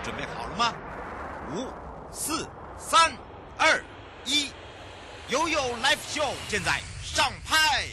准备好了吗？5、4、3、2、1，悠悠 Live Show 现在上拍。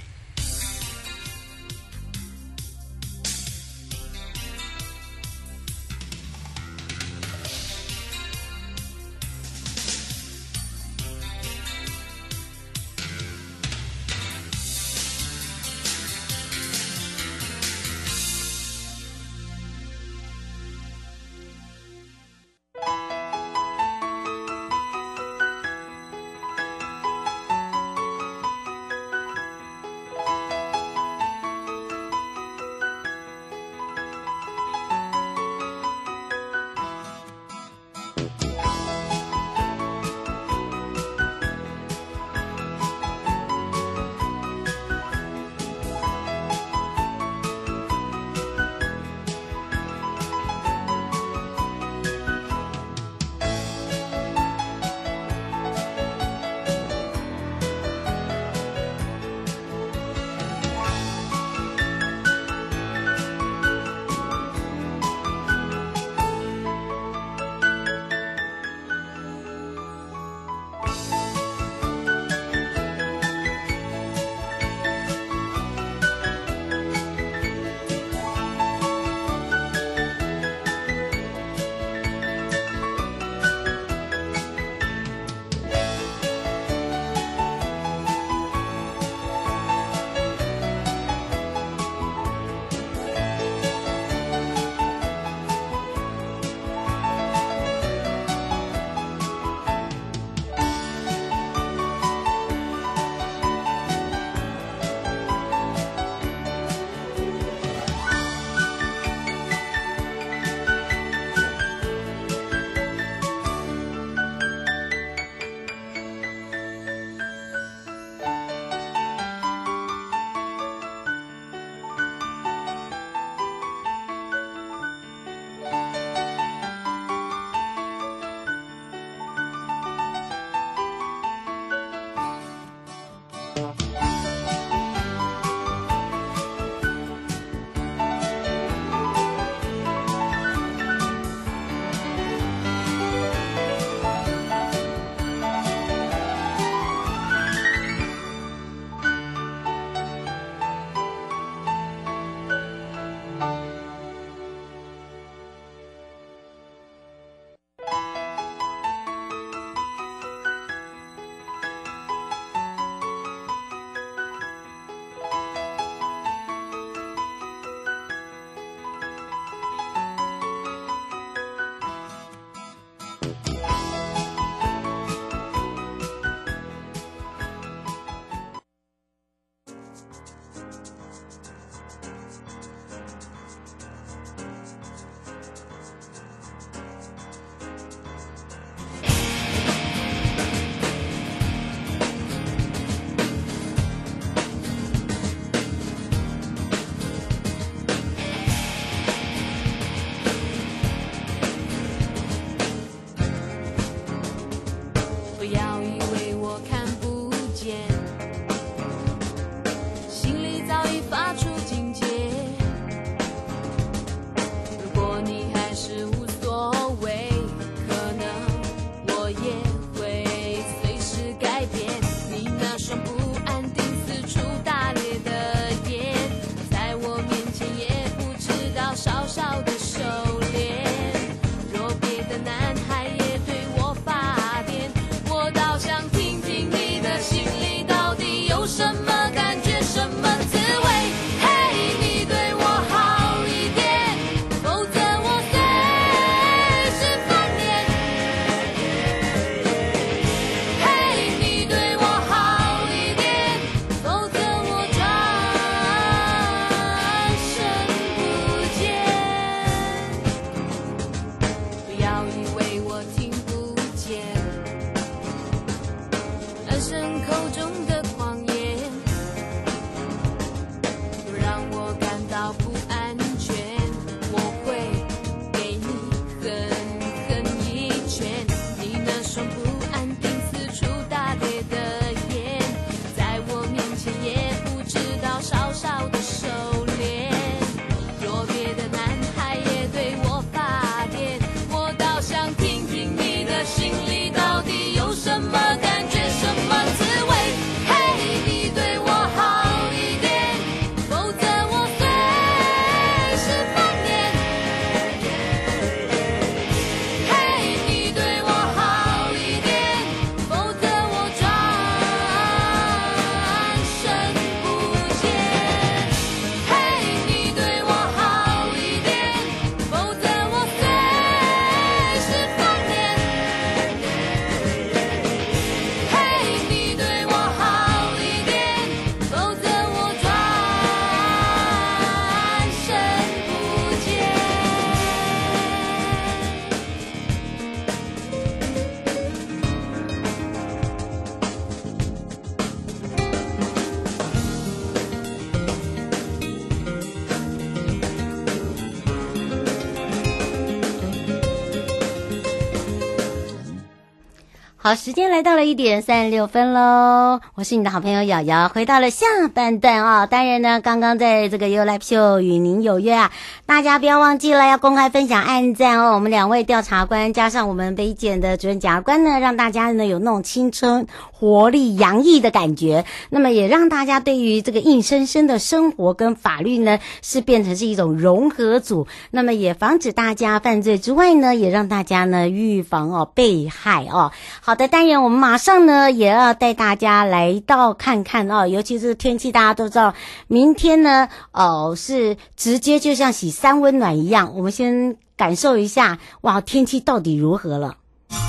好，时间来到了1:36喽，我是你的好朋友瑶瑶，回到了下半段啊。当然呢，刚刚在这个 You Live Show 与您有约啊，大家不要忘记了要公开分享按赞哦。我们2位调查官加上我们北检的主任检察官呢，让大家呢有那种青春活力洋溢的感觉，那么也让大家对于这个硬生生的生活跟法律呢是变成是一种融合组，那么也防止大家犯罪之外呢，也让大家呢预防被害哦。好的，当然我们马上呢也要带大家来到看看哦，尤其是天气大家都知道，明天呢是直接就像洗3温暖一样，我们先感受一下哇，天气到底如何了。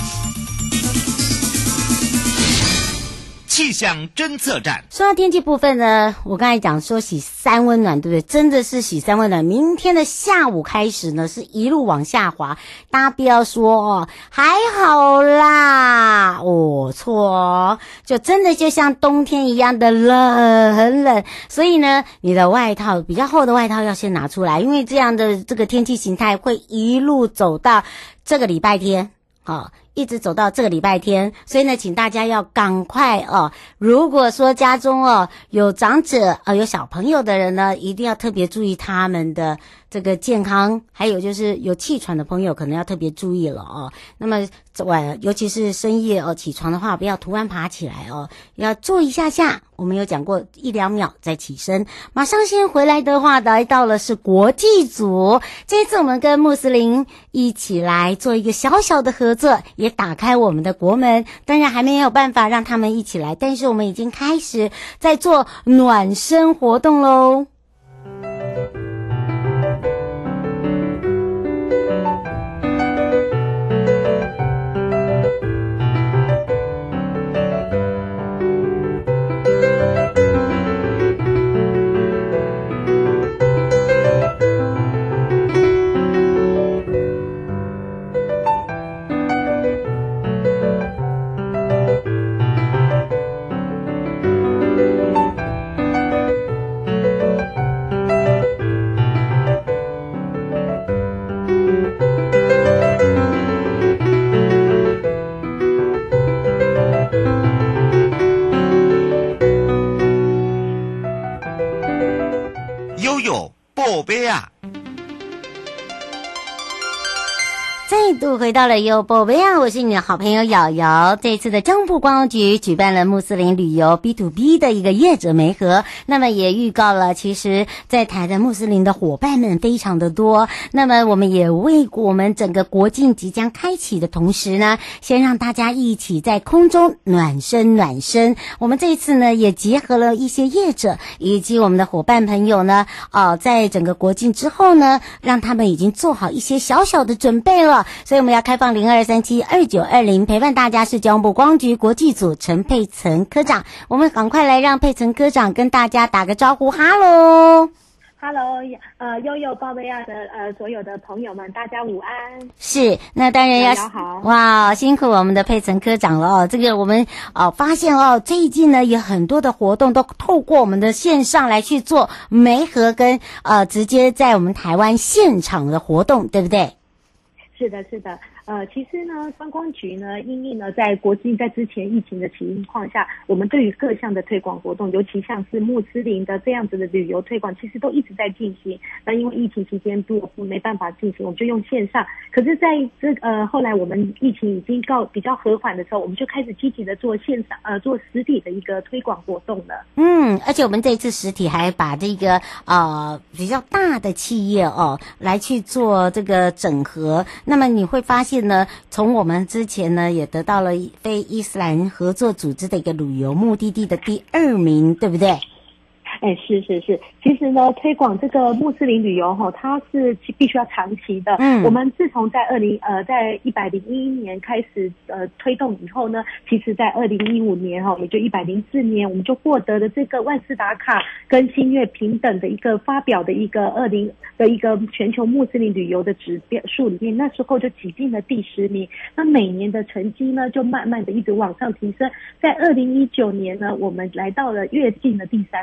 气象侦测站。 说到天气部分呢，我刚才讲说洗3温暖，对不对？真的是洗3温暖。明天的下午开始呢，是一路往下滑。大家不要说还好啦，错哦，就真的就像冬天一样的冷，很冷。所以呢，你的外套比较厚的外套要先拿出来，因为这样的这个天气形态会一路走到这个礼拜天。一直走到这个礼拜天，所以呢，请大家要赶快如果说家中有长者有小朋友的人呢，一定要特别注意他们的这个健康，还有就是有气喘的朋友可能要特别注意了那么尤其是深夜起床的话，不要突然爬起来要坐一下下。我们有讲过1-2秒再起身。马上先回来的话，来到了是国际组。这一次我们跟穆斯林一起来做一个小小的合作，也打开我们的国门。当然还没有办法让他们一起来，但是我们已经开始在做暖身活动咯。 宝贝啊， 再度回到了优宝贝啊，我是你的好朋友瑶瑶。这次的中部观光局举办了穆斯林旅游 B2B 的一个业者媒合，那么也预告了其实在台的穆斯林的伙伴们非常的多，那么我们也为我们整个国境即将开启的同时呢，先让大家一起在空中暖身。我们这一次呢也结合了一些业者以及我们的伙伴朋友呢在整个国境之后呢，让他们已经做好一些小小的准备了，所以我们要开放02372920陪伴大家是交通部观光局国际组陈佩岑科长，我们赶快来让佩岑科长跟大家打个招呼。哈喽 Hello， 悠悠报贝亚的所有的朋友们，大家午安。 是，那当然要好。 哇，辛苦我们的佩岑科长了这个我们发现最近呢有很多的活动都透过我们的线上来去做媒合跟直接在我们台湾现场的活动，对不对？ 是的。其实呢，观光局呢，因应呢，在国境在之前疫情的情况下，我们对于各项的推广活动，尤其像是穆斯林的这样子的旅游推广，其实都一直在进行。那因为疫情期间没办法进行，我们就用线上。可是在后来我们疫情已经比较和缓的时候，我们就开始积极的做线上做实体的一个推广活动了。 而且我们这次实体还把这个比较大的企业来去做这个整合。那么你会发现呢，从我们之前呢也得到了非伊斯兰合作组织的一个旅游目的地的第2名，对不对？ 是。其实呢，推广这个穆斯林旅游它是必须要长期的。我们自从在101年开始推动以后呢，其实在2015年也就104年，我们就获得了这个万斯达卡跟新月平等的一个发表的一个全球穆斯林旅游的指标数里面，那时候就挤进了第10名。那每年的成绩呢，就慢慢的一直往上提升。在2019年呢，我们来到了跃进的第3名。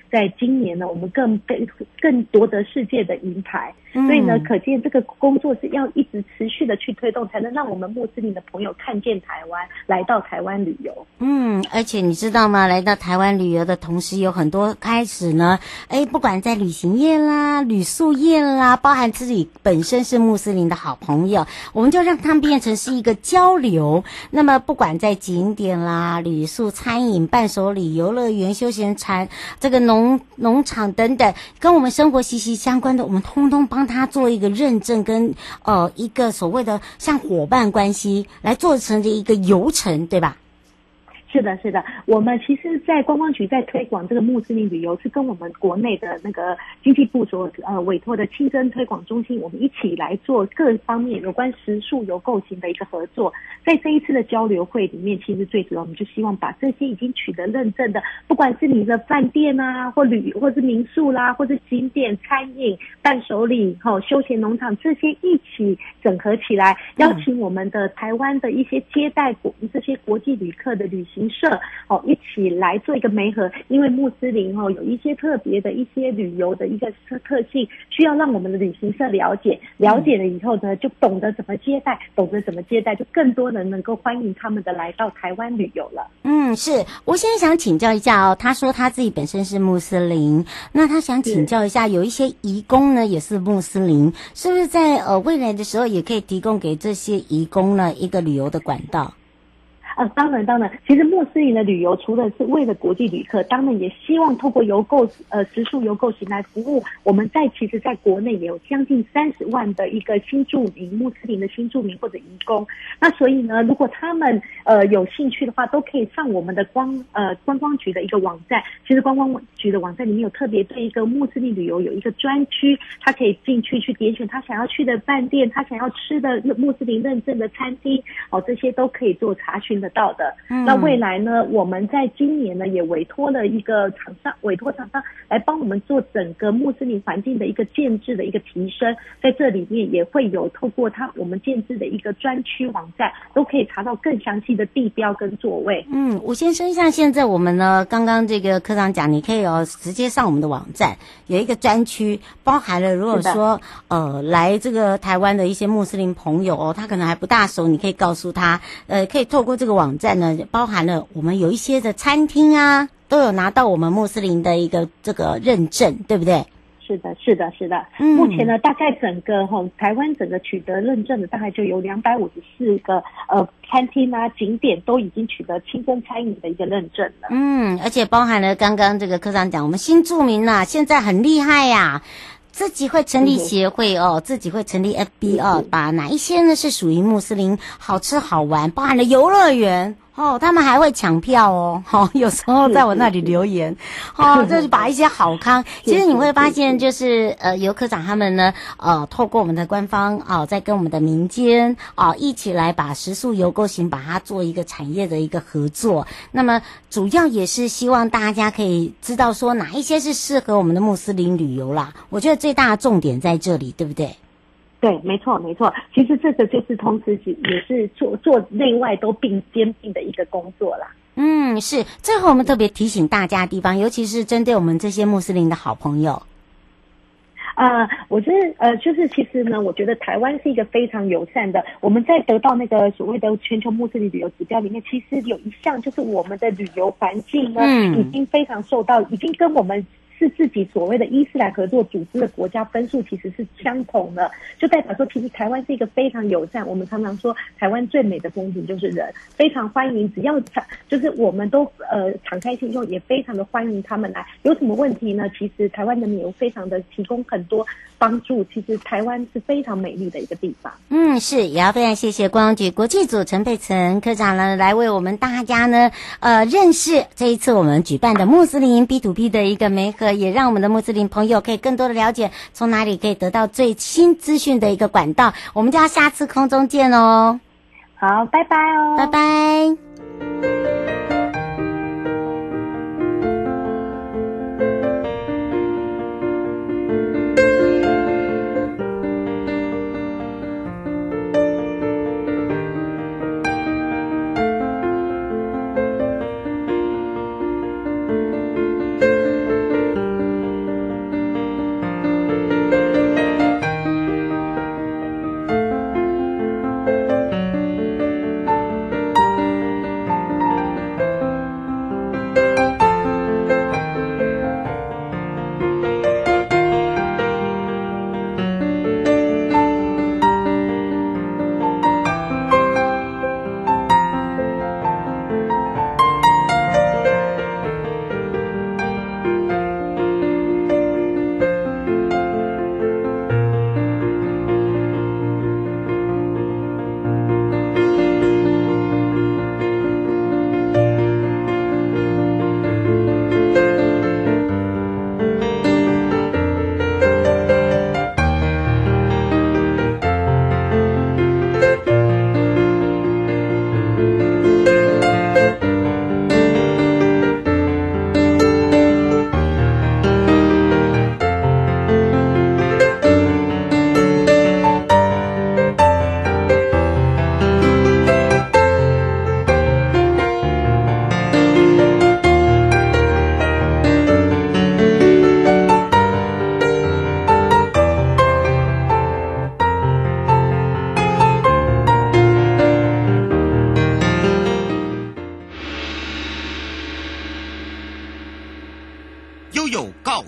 在今年呢，我们更夺得世界的银牌。所以呢，可见这个工作是要一直持续的去推动，才能让我们穆斯林的朋友看见台湾，来到台湾旅游。 而且你知道吗？来到台湾旅游的同时，有很多开始呢，不管在旅行业啦、旅宿业啦，包含自己本身是穆斯林的好朋友，我们就让他们变成是一个交流。那么不管在景点啦、旅宿、餐饮、伴手礼、游乐园、休闲产、这个农场等等，跟我们生活息息相关的，我们通通帮他做一个认证跟一个所谓的像伙伴关系来做成的一个游程，对吧？ 是的，是的，我们其实，在观光局在推广这个穆斯林旅游，是跟我们国内的那个经济部所委托的清真推广中心，我们一起来做各方面有关食宿游购行的一个合作。在这一次的交流会里面，其实最主要我们就希望把这些已经取得认证的，不管是你的饭店啊，或是民宿啦，或是景点、餐饮、伴手礼、休闲农场这些一起整合起来，邀请我们的台湾的一些接待这些国际旅客的旅行社一起来做一个媒合，因为穆斯林有一些特别的一些旅游的一个特性，需要让我们的旅行社了解了以后呢，就懂得怎么接待，就更多人能够欢迎他们的来到台湾旅游了。 是我现在想请教一下他说他自己本身是穆斯林，那他想请教一下，有一些移工呢也是穆斯林，是不是在未来的时候也可以提供给这些移工呢一个旅游的管道？ 当然，其实穆斯林的旅游除了是为了国际旅客，当然也希望透过食宿游购行来服务我们其实在国内也有将近30万的一个新住民，穆斯林的新住民或者移工。那所以呢，如果他们有兴趣的话，都可以上我们的观光局的一个网站。其实观光局的网站里面有特别对一个穆斯林旅游有一个专区，他可以进去点选他想要去的饭店，他想要吃的穆斯林认证的餐厅，这些都可以做查询的到的。那未来呢，我们在今年呢也委托厂商来帮我们做整个穆斯林环境的一个建制的一个提升，在这里面也会有透过我们建制的一个专区网站，都可以查到更详细的地标跟座位。 吴先生，像现在我们呢，刚刚这个科长讲，你可以直接上我们的网站，有一个专区，包含了如果说来这个台湾的一些穆斯林朋友他可能还不大熟，你可以告诉他，可以透过这个网站呢，包含了我们有一些的餐厅啊，都有拿到我们穆斯林的一个这个认证，对不对？ 是的。目前呢，大概整个台湾整个取得认证的大概就有254个餐厅啊景点都已经取得清真餐饮的一个认证了。 而且包含了刚刚这个科长讲，我们新住民现在很厉害呀。自己会成立协会自己会成立 FB 把哪一些呢是属于穆斯林好吃好玩，包含了游乐园他们还会抢票有时候在我那里留言就是把一些好康，其实你会发现就是游科长他们呢透过我们的官方再跟我们的民间一起来把食宿游购行把它做一个产业的一个合作。那么主要也是希望大家可以知道说哪一些是适合我们的穆斯林旅游啦，我觉得最大的重点在这里，对不对？ 对，没错。其实这个就是同时也是做内外都兼并的一个工作啦。 是。最后我们特别提醒大家的地方，尤其是针对我们这些穆斯林的好朋友。 我觉得就是其实呢，我觉得台湾是一个非常友善的。我们在得到那个所谓的全球穆斯林旅游指标里面，其实有一项就是我们的旅游环境呢，已经非常已经跟我们是自己所谓的伊斯兰合作组织的国家分数其实是相同的，就代表说其实台湾是一个非常友善。我们常常说台湾最美的风景就是人，非常欢迎，只要就是我们都敞开心胸，也非常的欢迎他们来。有什么问题呢？其实台湾人民有非常的提供很多帮助。其实台湾是非常美丽的一个地方。 是，也要非常谢谢观光局国际组陈佩岑科长呢，来为我们大家呢认识这一次我们举办的穆斯林 B2B 的一个媒合，也让我们的穆斯林朋友可以更多的了解从哪里可以得到最新资讯的一个管道。我们就要下次空中见哦。 好，拜拜哦。 拜拜。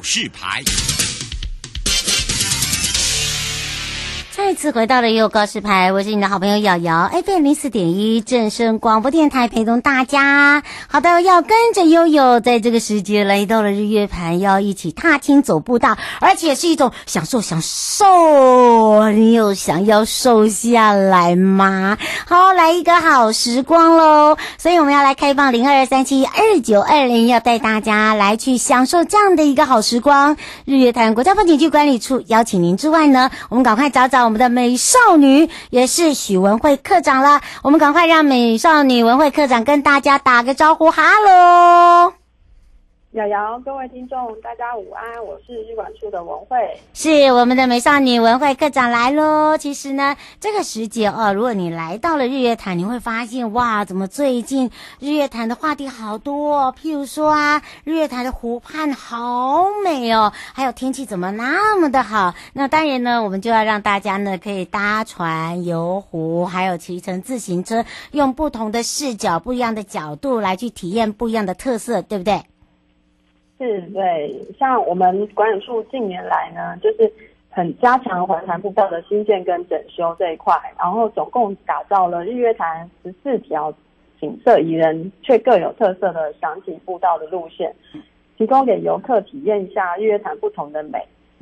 示牌。 再次回到了悠悠告示牌，我是你的好朋友瑶瑶 ，FM 04.1正声广播电台，陪同大家。好的，要跟着悠悠在这个时节来到了日月潭，要一起踏青走步道，而且是一种享受。你有想要瘦下来吗？好，来一个好时光咯。所以我们要来开放02372920，要带大家来去享受这样的一个好时光。日月潭国家风景区管理处邀请您之外呢，我们赶快找我们的美少女，也是许文慧科长了。我们赶快让美少女文慧科长跟大家打个招呼，哈喽。 瑶瑶，各位听众，大家午安，我是日管处的文慧， 是我们的美少女文慧科长来咯。其实呢，这个时节哦，如果你来到了日月潭，你会发现哇，怎么最近日月潭的话题好多哦。譬如说啊，日月潭的湖畔好美哦，还有天气怎么那么的好。那当然呢，我们就要让大家呢可以搭船游湖，还有骑乘自行车，用不同的视角、不一样的角度来去体验不一样的特色，对不对？ 是，对，像我们管理处近年来呢，就是很加强环潭步道的新建跟整修这一块，然后总共打造了日月潭14条景色宜人却各有特色的详情步道的路线，提供给游客体验一下日月潭不同的美。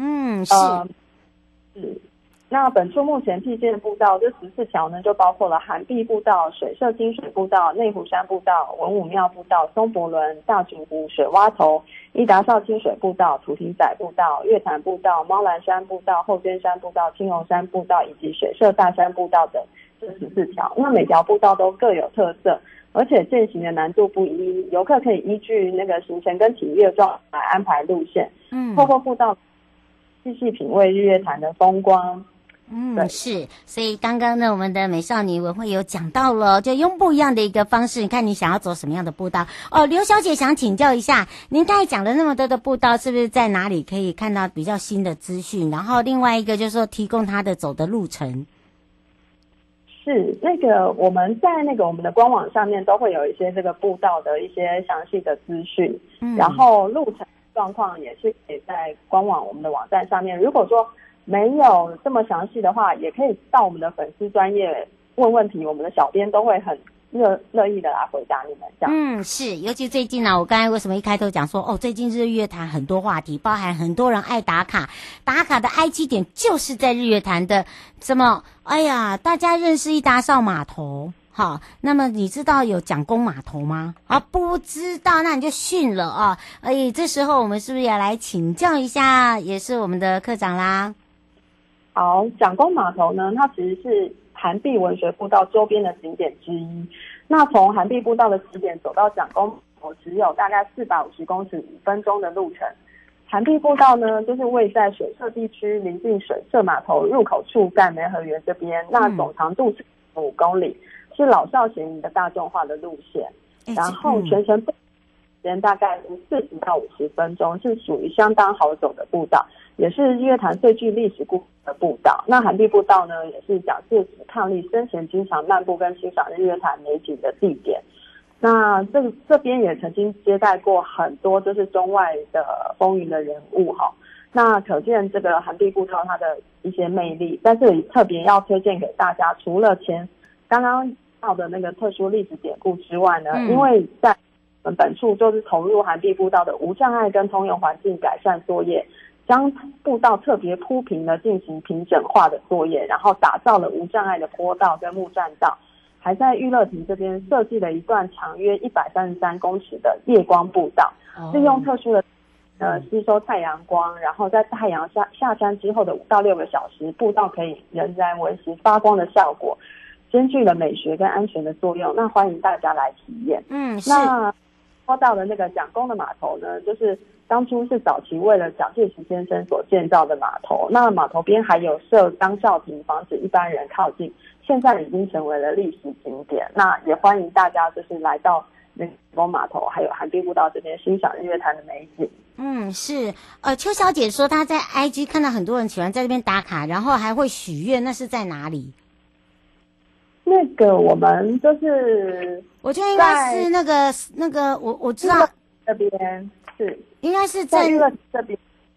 是。那本处目前辟建的步道这14条呢，就包括了涵碧步道、水社金水步道、内湖山步道、文武庙步道、松柏仑、大群湖、水洼头、伊达邵清水步道、土亭仔步道、月潭步道、猫兰山步道、后娟山步道、青红山步道以及水社大山步道等这14条。那每条步道都各有特色，而且践行的难度不一，游客可以依据那个行程跟体力的状态来安排路线。透过步道细细品味日月潭的风光。 是，所以刚刚呢，我们的美少女文慧有讲到了，就用不一样的一个方式，你看你想要走什么样的步道哦。刘小姐想请教一下，您刚才讲了那么多的步道，是不是在哪里可以看到比较新的资讯？然后另外一个就是说提供他的走的路程。 是，那个我们在我们的官网上面都会有一些这个步道的一些详细的资讯，然后路程状况也是可以在官网我们的网站上面。如果说没有这么详细的话，也可以到我们的粉丝专页问问题，我们的小编都会很乐意的来回答你们这样。 是，尤其最近我刚才为什么一开头讲说最近日月潭很多话题，包含很多人爱打卡的 IG 点就是在日月潭的什么，大家认识一达邵码头。好，那么你知道有蒋公码头吗？不知道，那你就逊了啊！这时候我们是不是也来请教一下，也是我们的科长啦？ 好，蒋公码头呢，它其实是涵碧文学步道周边的景点之一。那从涵碧步道的起点走到蒋公码头，只有大概450公尺，5分钟的路程。涵碧步道呢，就是位在水社地区，临近水社码头入口处，在梅河园这边。那总长度是5公里，是老少咸宜的大众化的路线。然后全程时间大概是40到50分钟，是属于相当好走的步道。也是日月潭最具历史故事的步道。那涵碧步道呢，也是蒋介石抗历生前经常漫步跟欣赏日月潭美景的地点。那这边也曾经接待过很多就是中外的风云的人物哈。那可见这个涵碧步道它的一些魅力，在这里特别要推荐给大家，除了刚刚到的那个特殊历史典故之外呢，因为在本处就是投入涵碧步道的无障碍跟通用环境改善作业，将步道特别铺平的进行平整化的作业，然后打造了无障碍的坡道跟木栈道，还在育乐亭这边设计了一段长约133公尺的夜光步道，利用特殊的吸收太阳光，然后在太阳下山之后的5到6个小时，步道可以仍然维持发光的效果，兼具了美学跟安全的作用。那欢迎大家来体验。那说到的那个蒋公的码头呢，就是当初是早期为了蒋介石先生所建造的码头。那码头边还有设钢哨亭，防止一般人靠近，现在已经成为了历史景点。那也欢迎大家就是来到那个蒋公码头还有涵碧步道这边欣赏日月潭的美景。 是邱小姐说她在 IG 看到很多人喜欢在这边打卡，然后还会许愿，那是在哪里？ 那个我们就是我觉得应该是那个我知道这边是应该是在娱乐这边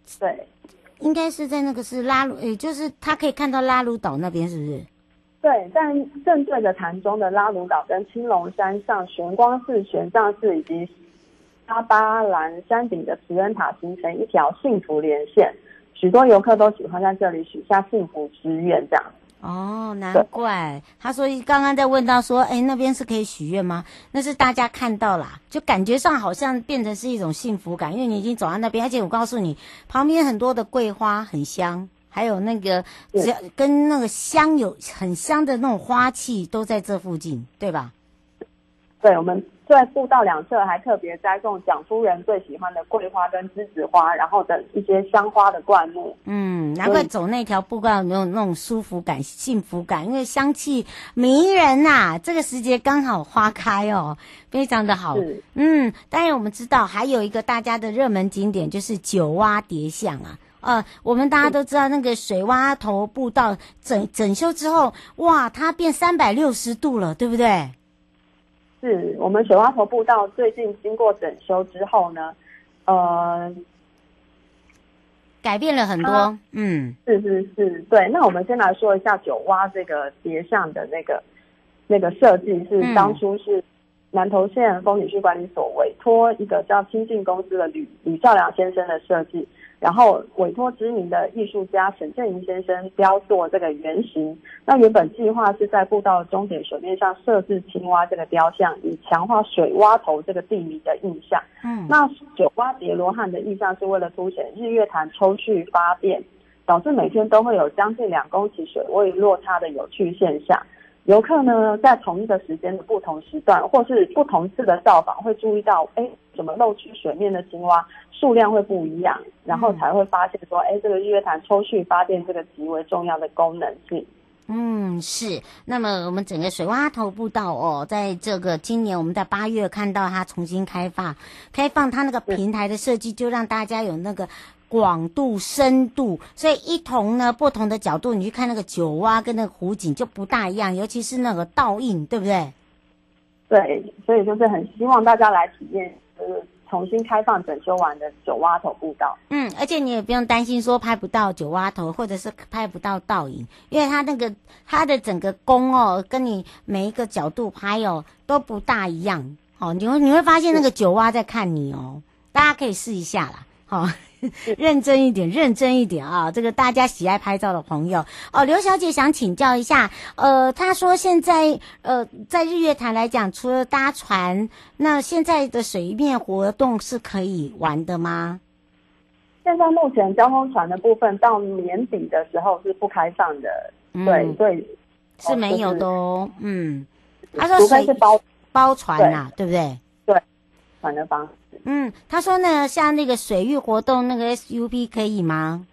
对， 应该是在那个是拉鲁，就是他可以看到拉鲁岛那边，是不是？ 对，在正对着潭中的拉鲁岛跟青龙山上玄光寺、玄奘寺以及沙巴兰山顶的慈恩塔形成一条幸福连线，许多游客都喜欢在这里许下幸福之愿，这样。 哦，难怪他说刚刚在问到说，那边是可以许愿吗？那是大家看到啦，就感觉上好像变成是一种幸福感，因为你已经走到那边，而且我告诉你，旁边很多的桂花很香，还有那个跟那个香有很香的那种花气都在这附近，对吧？ 对，我们在步道两侧还特别栽种蒋夫人最喜欢的桂花跟栀子花，然后的一些香花的灌木。 难怪走那条步道有那种舒服感、幸福感，因为香气迷人呐。这个时节刚好花开哦，非常的好。当然我们知道还有一个大家的热门景点就是九蛙蝶巷啊。我们大家都知道那个水洼头步道整修之后，哇，它变360度了，对不对？ 是我们水洼头步道最近经过整修之后呢， 改变了很多。 是，对。那我们先来说一下九蛙这个蝶巷的那个设计是当初是南投县风景区管理所委托一个叫清境公司的吕兆良先生的设计，然后委托知名的艺术家沈正营先生雕塑这个原型。那原本计划是在步道终点水面上设置青蛙这个雕像，以强化水洼头这个地名的印象。那九蛙叠罗汉的意象是为了凸显日月潭抽蓄发电，导致每天都会有将近2公尺水位落差的有趣现象。游客呢，在同一个时间的不同时段，或是不同次的造访，会注意到，怎么露出水面的青蛙数量会不一样，然后才会发现说，这个日月潭抽蓄发电这个极为重要的功能性。 是。那么我们整个水洼头步道在这个今年我们在8月看到它重新开放它那个平台的设计，就让大家有那个广度、深度，所以不同的角度，你去看那个九蛙跟那个湖景就不大一样，尤其是那个倒映，对不对？ 对，所以就是很希望大家来体验，就是重新开放整修完的九蛙头步道。 而且你也不用担心说拍不到九蛙头，或者是拍不到倒影，因为它的整个弓跟你每一个角度拍都不大一样。你会发现那个九蛙在看你大家可以试一下啦。认真一点啊！这个大家喜爱拍照的朋友刘小姐想请教一下，她说现在在日月潭来讲，除了搭船，那现在的水面活动是可以玩的吗？ 现在目前交通船的部分到年底的时候是不开放的，对， 是没有的她说除非是包船对不对？ 对，船的方式。 他说呢，像那个水域活动那个 SUP 可以吗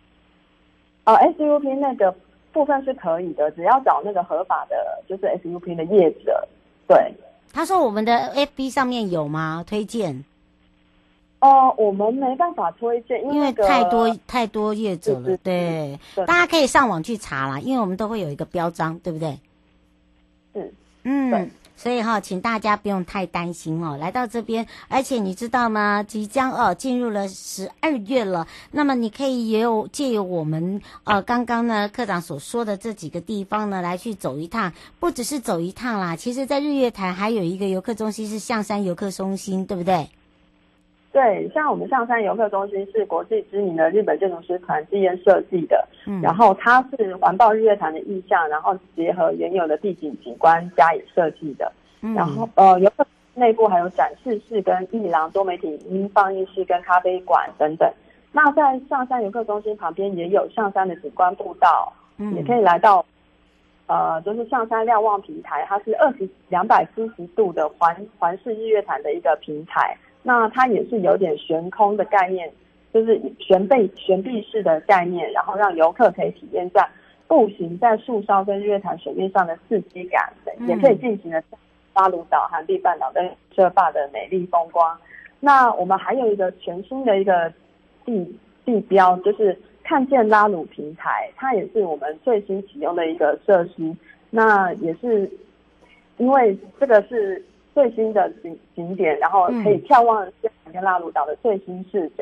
？SUP 那个部分是可以的，只要找那个合法的，就是 SUP 的业者。对， 他说我们的 FB 上面有吗？推荐？ 我们没办法推荐， 因为太多业者了。对，大家可以上网去查啦，因为我们都会有一个标章，对不对？ 是， 对。所以请大家不用太担心来到这边，而且你知道吗？即将进入了12月了，那么你可以借由我们刚刚呢科长所说的这几个地方呢来去走一趟，不只是走一趟啦，其实在日月潭还有一个游客中心是象山游客中心，对不对？ 对，像我们象山游客中心是国际知名的日本建筑师团纪彦设计的，然后它是环抱日月潭的意象，然后结合原有的地景景观加以设计的。然后游客内部还有展示室跟艺廊、多媒体音放映室跟咖啡馆等等。那在象山游客中心旁边也有象山的景观步道，也可以来到就是象山瞭望平台，它是270度的环视日月潭的一个平台。那它也是有点悬空的概念，就是悬臂式的概念，然后让游客可以体验在步行在树梢跟日月潭水面上的刺激感，也可以尽情的拉鲁岛、韩碧半岛跟社坝的美丽风光。那我们还有一个全新的一个地标，就是看见拉鲁平台，它也是我们最新启用的一个设施。那也是因为这个是最新的景点，然后可以眺望日月潭跟拉鲁岛的最新视角。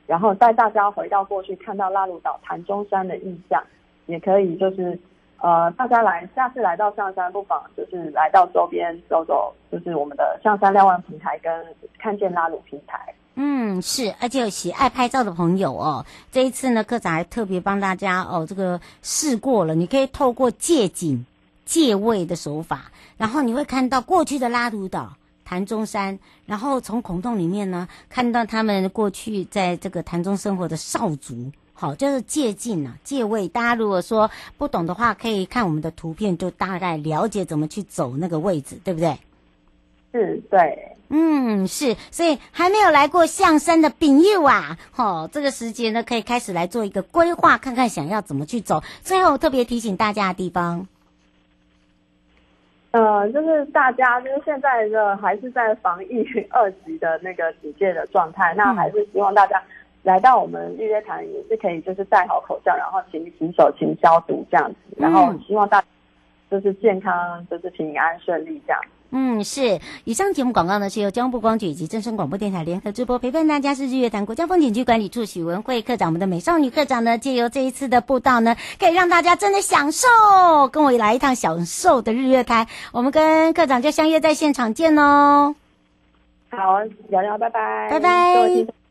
然后带大家回到过去，看到拉鲁岛潭中山的意象，也可以就是大家下次来到象山，不妨就是来到周边走走，就是我们的象山瞭望平台跟看见拉鲁平台。 是，而且有喜爱拍照的朋友哦，这一次呢，科长还特别帮大家这个试过了，你可以透过借景、借位的手法，然后你会看到过去的拉鲁岛、潭中山，然后从孔洞里面呢，看到他们过去在这个潭中生活的少族。好，就是借镜啊，借位。大家如果说不懂的话，可以看我们的图片，就大概了解怎么去走那个位置，对不对？ 是，对。 是，所以还没有来过象山的朋友啊，这个时节呢，可以开始来做一个规划，看看想要怎么去走。最后特别提醒大家的地方， 就是大家就是现在的还是在防疫2级的那个警戒的状态，那还是希望大家来到我们日月潭也是可以就是戴好口罩，然后勤洗手、勤消毒这样子，然后希望大家就是健康，就是平安顺利这样。 是。以上节目广告呢是由交通部光局以及正声广播电台联合直播，陪伴大家是日月潭国家风景区管理处许文慧科长，我们的美少女科长呢，借由这一次的步道呢，可以让大家真的享受，跟我来一趟享受的日月潭。我们跟科长就相约在现场见哦。 好，聊聊，拜拜， 拜拜。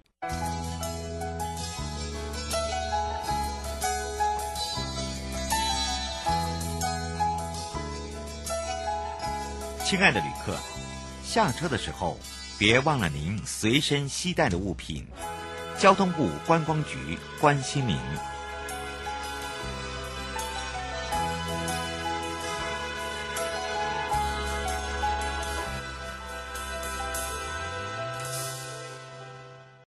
亲爱的旅客，下车的时候别忘了您随身携带的物品。交通部观光局关心您。